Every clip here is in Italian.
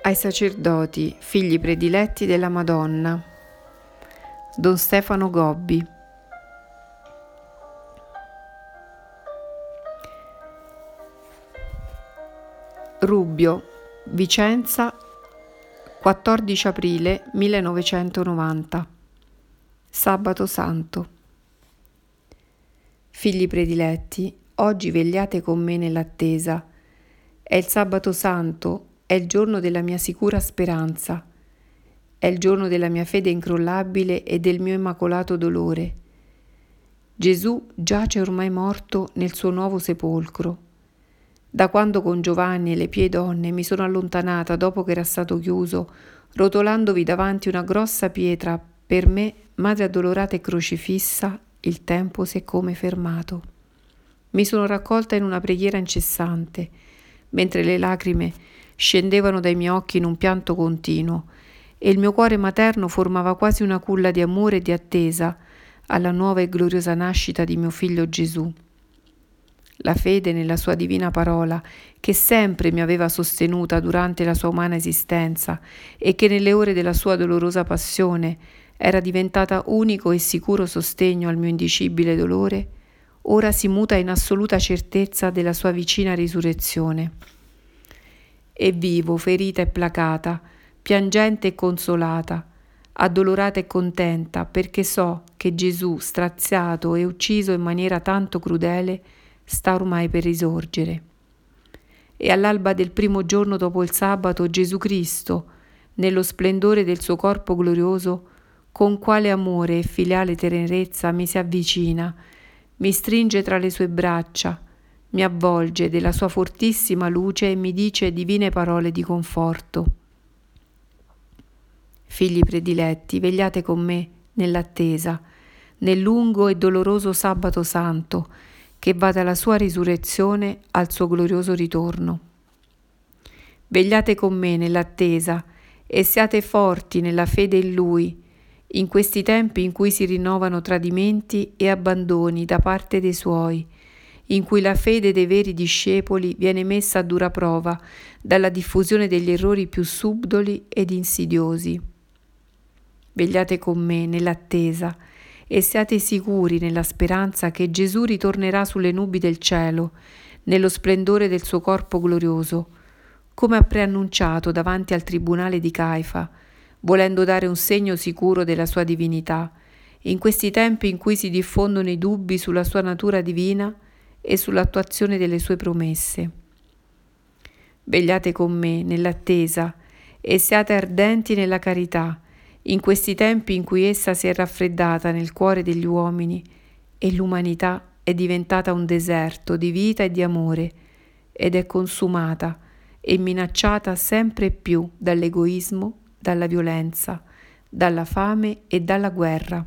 ai sacerdoti, figli prediletti della Madonna. Don Stefano Gobbi. Rubbio, Vicenza, 14 aprile 1990. Sabato Santo. Figli prediletti, oggi vegliate con me nell'attesa. È il sabato santo, è il giorno della mia sicura speranza. È il giorno della mia fede incrollabile e del mio immacolato dolore. Gesù giace ormai morto nel suo nuovo sepolcro. Da quando con Giovanni e le pie donne mi sono allontanata dopo che era stato chiuso, rotolandovi davanti una grossa pietra, per me, madre addolorata e crocifissa, il tempo si è come fermato. Mi sono raccolta in una preghiera incessante, mentre le lacrime scendevano dai miei occhi in un pianto continuo e il mio cuore materno formava quasi una culla di amore e di attesa alla nuova e gloriosa nascita di mio figlio Gesù. La fede nella sua divina parola, che sempre mi aveva sostenuta durante la sua umana esistenza e che nelle ore della sua dolorosa passione era diventata unico e sicuro sostegno al mio indicibile dolore, ora si muta in assoluta certezza della sua vicina risurrezione. E vivo, ferita e placata, piangente e consolata, addolorata e contenta, perché so che Gesù, straziato e ucciso in maniera tanto crudele, sta ormai per risorgere. E all'alba del primo giorno dopo il sabato, Gesù Cristo, nello splendore del suo corpo glorioso, con quale amore e filiale tenerezza mi si avvicina, mi stringe tra le sue braccia, mi avvolge della sua fortissima luce e mi dice divine parole di conforto. Figli prediletti, vegliate con me nell'attesa, nel lungo e doloroso sabato santo, che va dalla sua risurrezione al suo glorioso ritorno. Vegliate con me nell'attesa e siate forti nella fede in Lui, in questi tempi in cui si rinnovano tradimenti e abbandoni da parte dei Suoi, in cui la fede dei veri discepoli viene messa a dura prova dalla diffusione degli errori più subdoli ed insidiosi. Vegliate con me nell'attesa e siate sicuri nella speranza che Gesù ritornerà sulle nubi del cielo, nello splendore del suo corpo glorioso, come ha preannunciato davanti al tribunale di Caifa, volendo dare un segno sicuro della sua divinità, in questi tempi in cui si diffondono i dubbi sulla sua natura divina e sull'attuazione delle sue promesse. Vegliate con me nell'attesa e siate ardenti nella carità, in questi tempi in cui essa si è raffreddata nel cuore degli uomini e l'umanità è diventata un deserto di vita e di amore ed è consumata e minacciata sempre più dall'egoismo, dalla violenza, dalla fame e dalla guerra.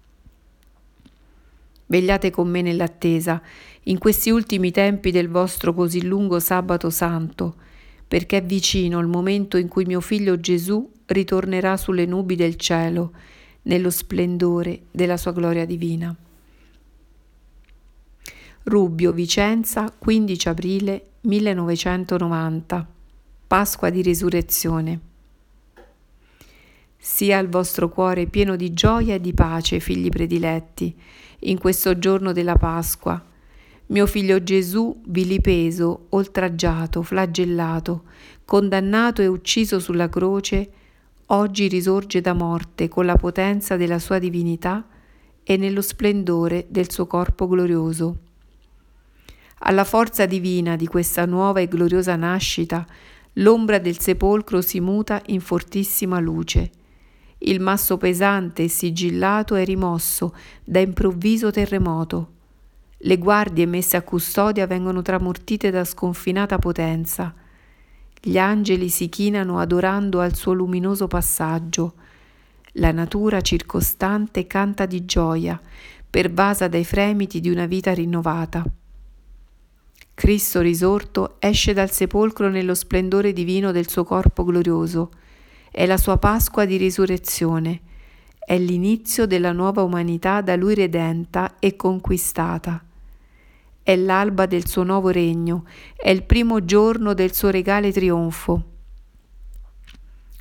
Vegliate con me nell'attesa in questi ultimi tempi del vostro così lungo sabato santo, perché è vicino il momento in cui mio figlio Gesù ritornerà sulle nubi del cielo, nello splendore della sua gloria divina. Rubbio, Vicenza, 15 aprile 1990. Pasqua di Risurrezione. Sia il vostro cuore pieno di gioia e di pace, figli prediletti, in questo giorno della Pasqua. Mio figlio Gesù, vilipeso, oltraggiato, flagellato, condannato e ucciso sulla croce, oggi risorge da morte con la potenza della sua divinità e nello splendore del suo corpo glorioso. Alla forza divina di questa nuova e gloriosa nascita, l'ombra del sepolcro si muta in fortissima luce. Il masso pesante e sigillato è rimosso da improvviso terremoto. Le guardie messe a custodia vengono tramortite da sconfinata potenza. Gli angeli si chinano adorando al suo luminoso passaggio. La natura circostante canta di gioia, pervasa dai fremiti di una vita rinnovata. Cristo risorto esce dal sepolcro nello splendore divino del suo corpo glorioso. È la sua Pasqua di risurrezione. È l'inizio della nuova umanità da Lui redenta e conquistata. È l'alba del suo nuovo regno, è il primo giorno del suo regale trionfo.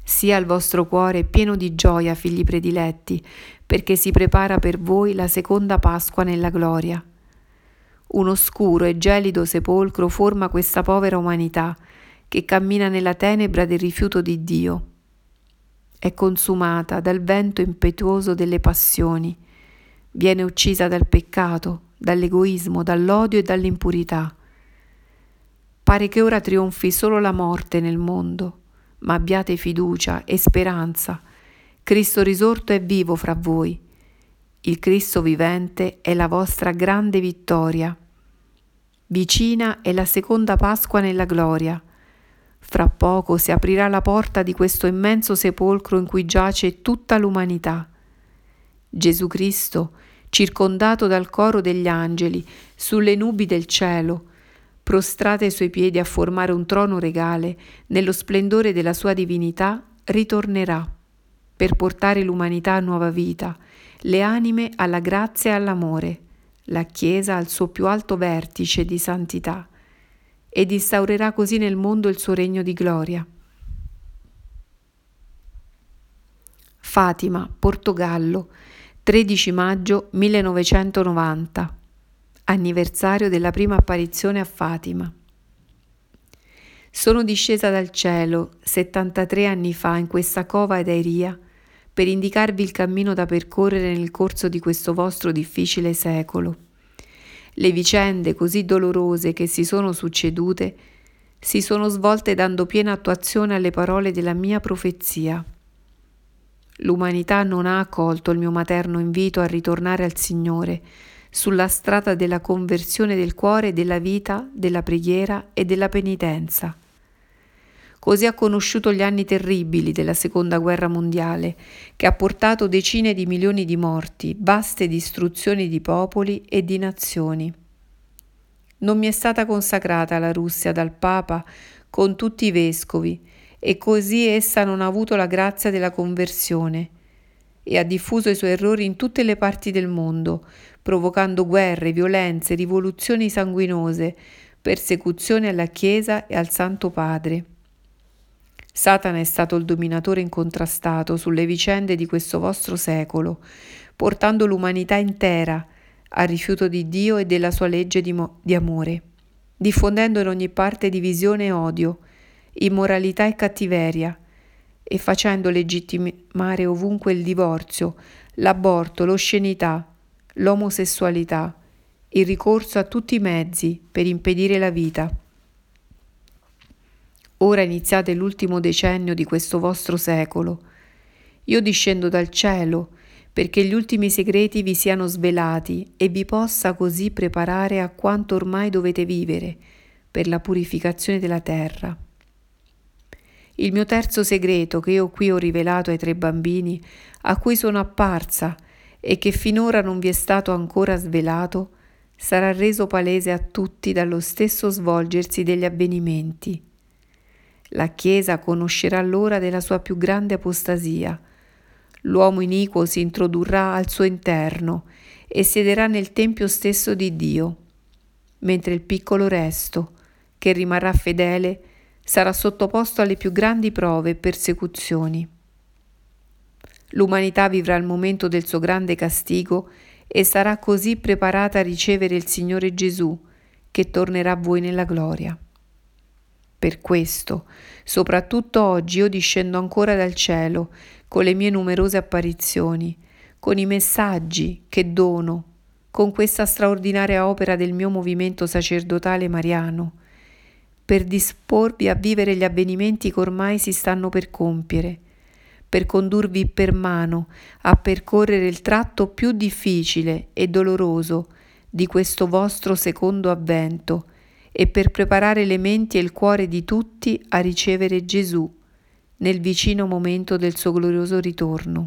Sia il vostro cuore pieno di gioia, figli prediletti, perché si prepara per voi la seconda Pasqua nella gloria. Un oscuro e gelido sepolcro forma questa povera umanità che cammina nella tenebra del rifiuto di Dio. È consumata dal vento impetuoso delle passioni, viene uccisa dal peccato, dall'egoismo, dall'odio e dall'impurità. Pare che ora trionfi solo la morte nel mondo, ma abbiate fiducia e speranza. Cristo risorto è vivo fra voi. Il Cristo vivente è la vostra grande vittoria. Vicina è la seconda Pasqua nella gloria. Fra poco si aprirà la porta di questo immenso sepolcro in cui giace tutta l'umanità. Gesù Cristo, circondato dal coro degli angeli, sulle nubi del cielo, prostrate ai suoi piedi a formare un trono regale, nello splendore della sua divinità, ritornerà per portare l'umanità a nuova vita, le anime alla grazia e all'amore, la Chiesa al suo più alto vertice di santità, ed instaurerà così nel mondo il suo regno di gloria. Fatima, Portogallo, 13 maggio 1990. Anniversario della prima apparizione a Fatima. Sono discesa dal cielo 73 anni fa in questa cova ad Airia per indicarvi il cammino da percorrere nel corso di questo vostro difficile secolo. Le vicende così dolorose che si sono succedute si sono svolte dando piena attuazione alle parole della mia profezia. L'umanità non ha accolto il mio materno invito a ritornare al Signore sulla strada della conversione del cuore, della vita, della preghiera e della penitenza. Così ha conosciuto gli anni terribili della Seconda Guerra Mondiale, che ha portato decine di milioni di morti, vaste distruzioni di popoli e di nazioni. Non mi è stata consacrata la Russia dal Papa con tutti i vescovi, e così essa non ha avuto la grazia della conversione e ha diffuso i suoi errori in tutte le parti del mondo, provocando guerre, violenze, rivoluzioni sanguinose, persecuzioni alla Chiesa e al Santo Padre. Satana è stato il dominatore incontrastato sulle vicende di questo vostro secolo, portando l'umanità intera al rifiuto di Dio e della sua legge di amore, diffondendo in ogni parte divisione e odio, immoralità e cattiveria, e facendo legittimare ovunque il divorzio, l'aborto, l'oscenità, l'omosessualità, il ricorso a tutti i mezzi per impedire la vita. Ora iniziate l'ultimo decennio di questo vostro secolo. Io discendo dal cielo perché gli ultimi segreti vi siano svelati e vi possa così preparare a quanto ormai dovete vivere per la purificazione della terra. Il mio terzo segreto che io qui ho rivelato ai 3 bambini a cui sono apparsa e che finora non vi è stato ancora svelato, sarà reso palese a tutti dallo stesso svolgersi degli avvenimenti. La Chiesa conoscerà l'ora della sua più grande apostasia. L'uomo iniquo si introdurrà al suo interno e siederà nel tempio stesso di Dio, mentre il piccolo resto, che rimarrà fedele, sarà sottoposto alle più grandi prove e persecuzioni. L'umanità vivrà il momento del suo grande castigo e sarà così preparata a ricevere il Signore Gesù, che tornerà a voi nella gloria. Per questo, soprattutto oggi, io discendo ancora dal cielo con le mie numerose apparizioni, con i messaggi che dono, con questa straordinaria opera del mio movimento sacerdotale mariano, per disporvi a vivere gli avvenimenti che ormai si stanno per compiere, per condurvi per mano a percorrere il tratto più difficile e doloroso di questo vostro secondo avvento e per preparare le menti e il cuore di tutti a ricevere Gesù nel vicino momento del suo glorioso ritorno.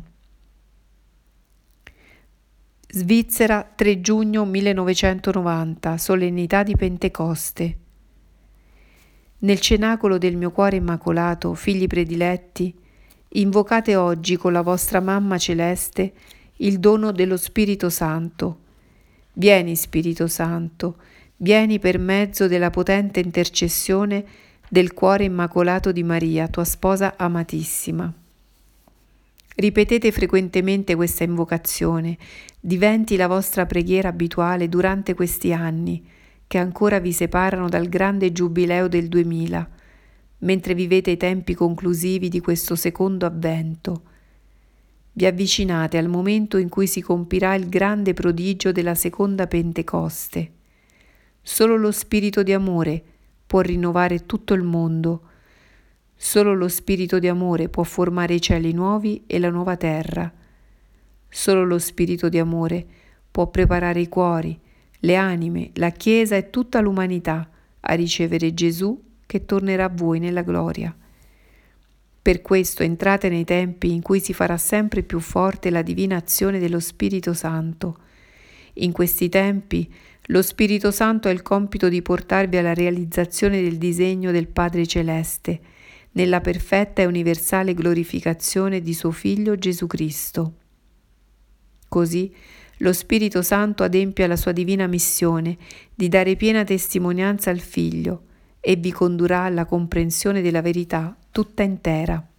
Svizzera, 3 giugno 1990, solennità di Pentecoste. Nel cenacolo del mio cuore immacolato, figli prediletti, invocate oggi con la vostra Mamma Celeste il dono dello Spirito Santo. Vieni, Spirito Santo, vieni per mezzo della potente intercessione del cuore immacolato di Maria, tua sposa amatissima. Ripetete frequentemente questa invocazione, diventi la vostra preghiera abituale durante questi anni che ancora vi separano dal grande giubileo del 2000, mentre vivete i tempi conclusivi di questo secondo avvento. Vi avvicinate al momento in cui si compirà il grande prodigio della seconda Pentecoste. Solo lo Spirito di amore può rinnovare tutto il mondo. Solo lo Spirito di amore può formare i cieli nuovi e la nuova terra. Solo lo Spirito di amore può preparare i cuori, le anime, la Chiesa e tutta l'umanità a ricevere Gesù che tornerà a voi nella gloria. Per questo entrate nei tempi in cui si farà sempre più forte la divina azione dello Spirito Santo. In questi tempi lo Spirito Santo ha il compito di portarvi alla realizzazione del disegno del Padre Celeste, nella perfetta e universale glorificazione di suo Figlio Gesù Cristo. Così lo Spirito Santo adempie la sua divina missione di dare piena testimonianza al Figlio e vi condurrà alla comprensione della verità tutta intera.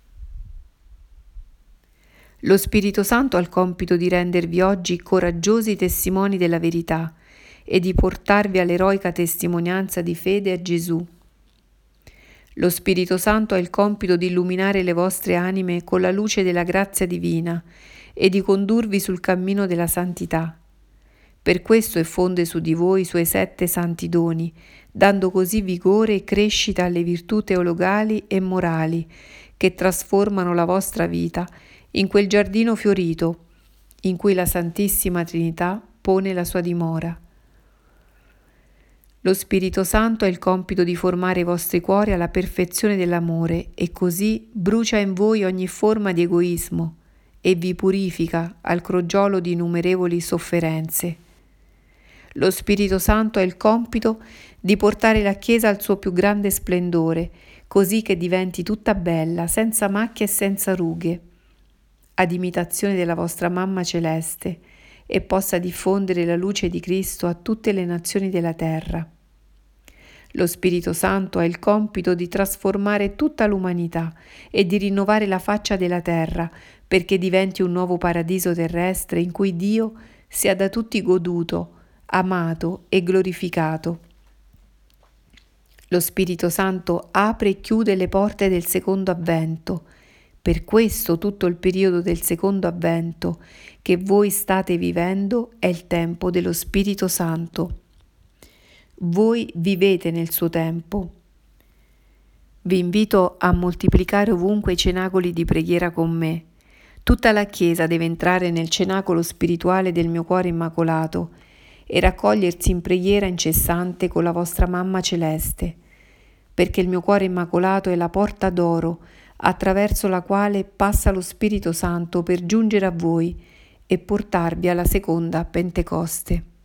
Lo Spirito Santo ha il compito di rendervi oggi coraggiosi testimoni della verità e di portarvi all'eroica testimonianza di fede a Gesù. Lo Spirito Santo ha il compito di illuminare le vostre anime con la luce della grazia divina e di condurvi sul cammino della santità. Per questo effonde su di voi i suoi 7 santi doni, dando così vigore e crescita alle virtù teologali e morali che trasformano la vostra vita in quel giardino fiorito in cui la Santissima Trinità pone la sua dimora. Lo Spirito Santo ha il compito di formare i vostri cuori alla perfezione dell'amore e così brucia in voi ogni forma di egoismo e vi purifica al crogiolo di innumerevoli sofferenze. Lo Spirito Santo ha il compito di portare la Chiesa al suo più grande splendore, così che diventi tutta bella, senza macchie e senza rughe, ad imitazione della vostra Mamma Celeste, e possa diffondere la luce di Cristo a tutte le nazioni della terra. Lo Spirito Santo ha il compito di trasformare tutta l'umanità e di rinnovare la faccia della terra perché diventi un nuovo paradiso terrestre in cui Dio sia da tutti goduto, amato e glorificato. Lo Spirito Santo apre e chiude le porte del secondo avvento. Per questo tutto il periodo del secondo avvento che voi state vivendo è il tempo dello Spirito Santo. Voi vivete nel suo tempo. Vi invito a moltiplicare ovunque i cenacoli di preghiera con me. Tutta la Chiesa deve entrare nel cenacolo spirituale del mio cuore immacolato e raccogliersi in preghiera incessante con la vostra Mamma Celeste, perché il mio cuore immacolato è la porta d'oro attraverso la quale passa lo Spirito Santo per giungere a voi e portarvi alla seconda Pentecoste.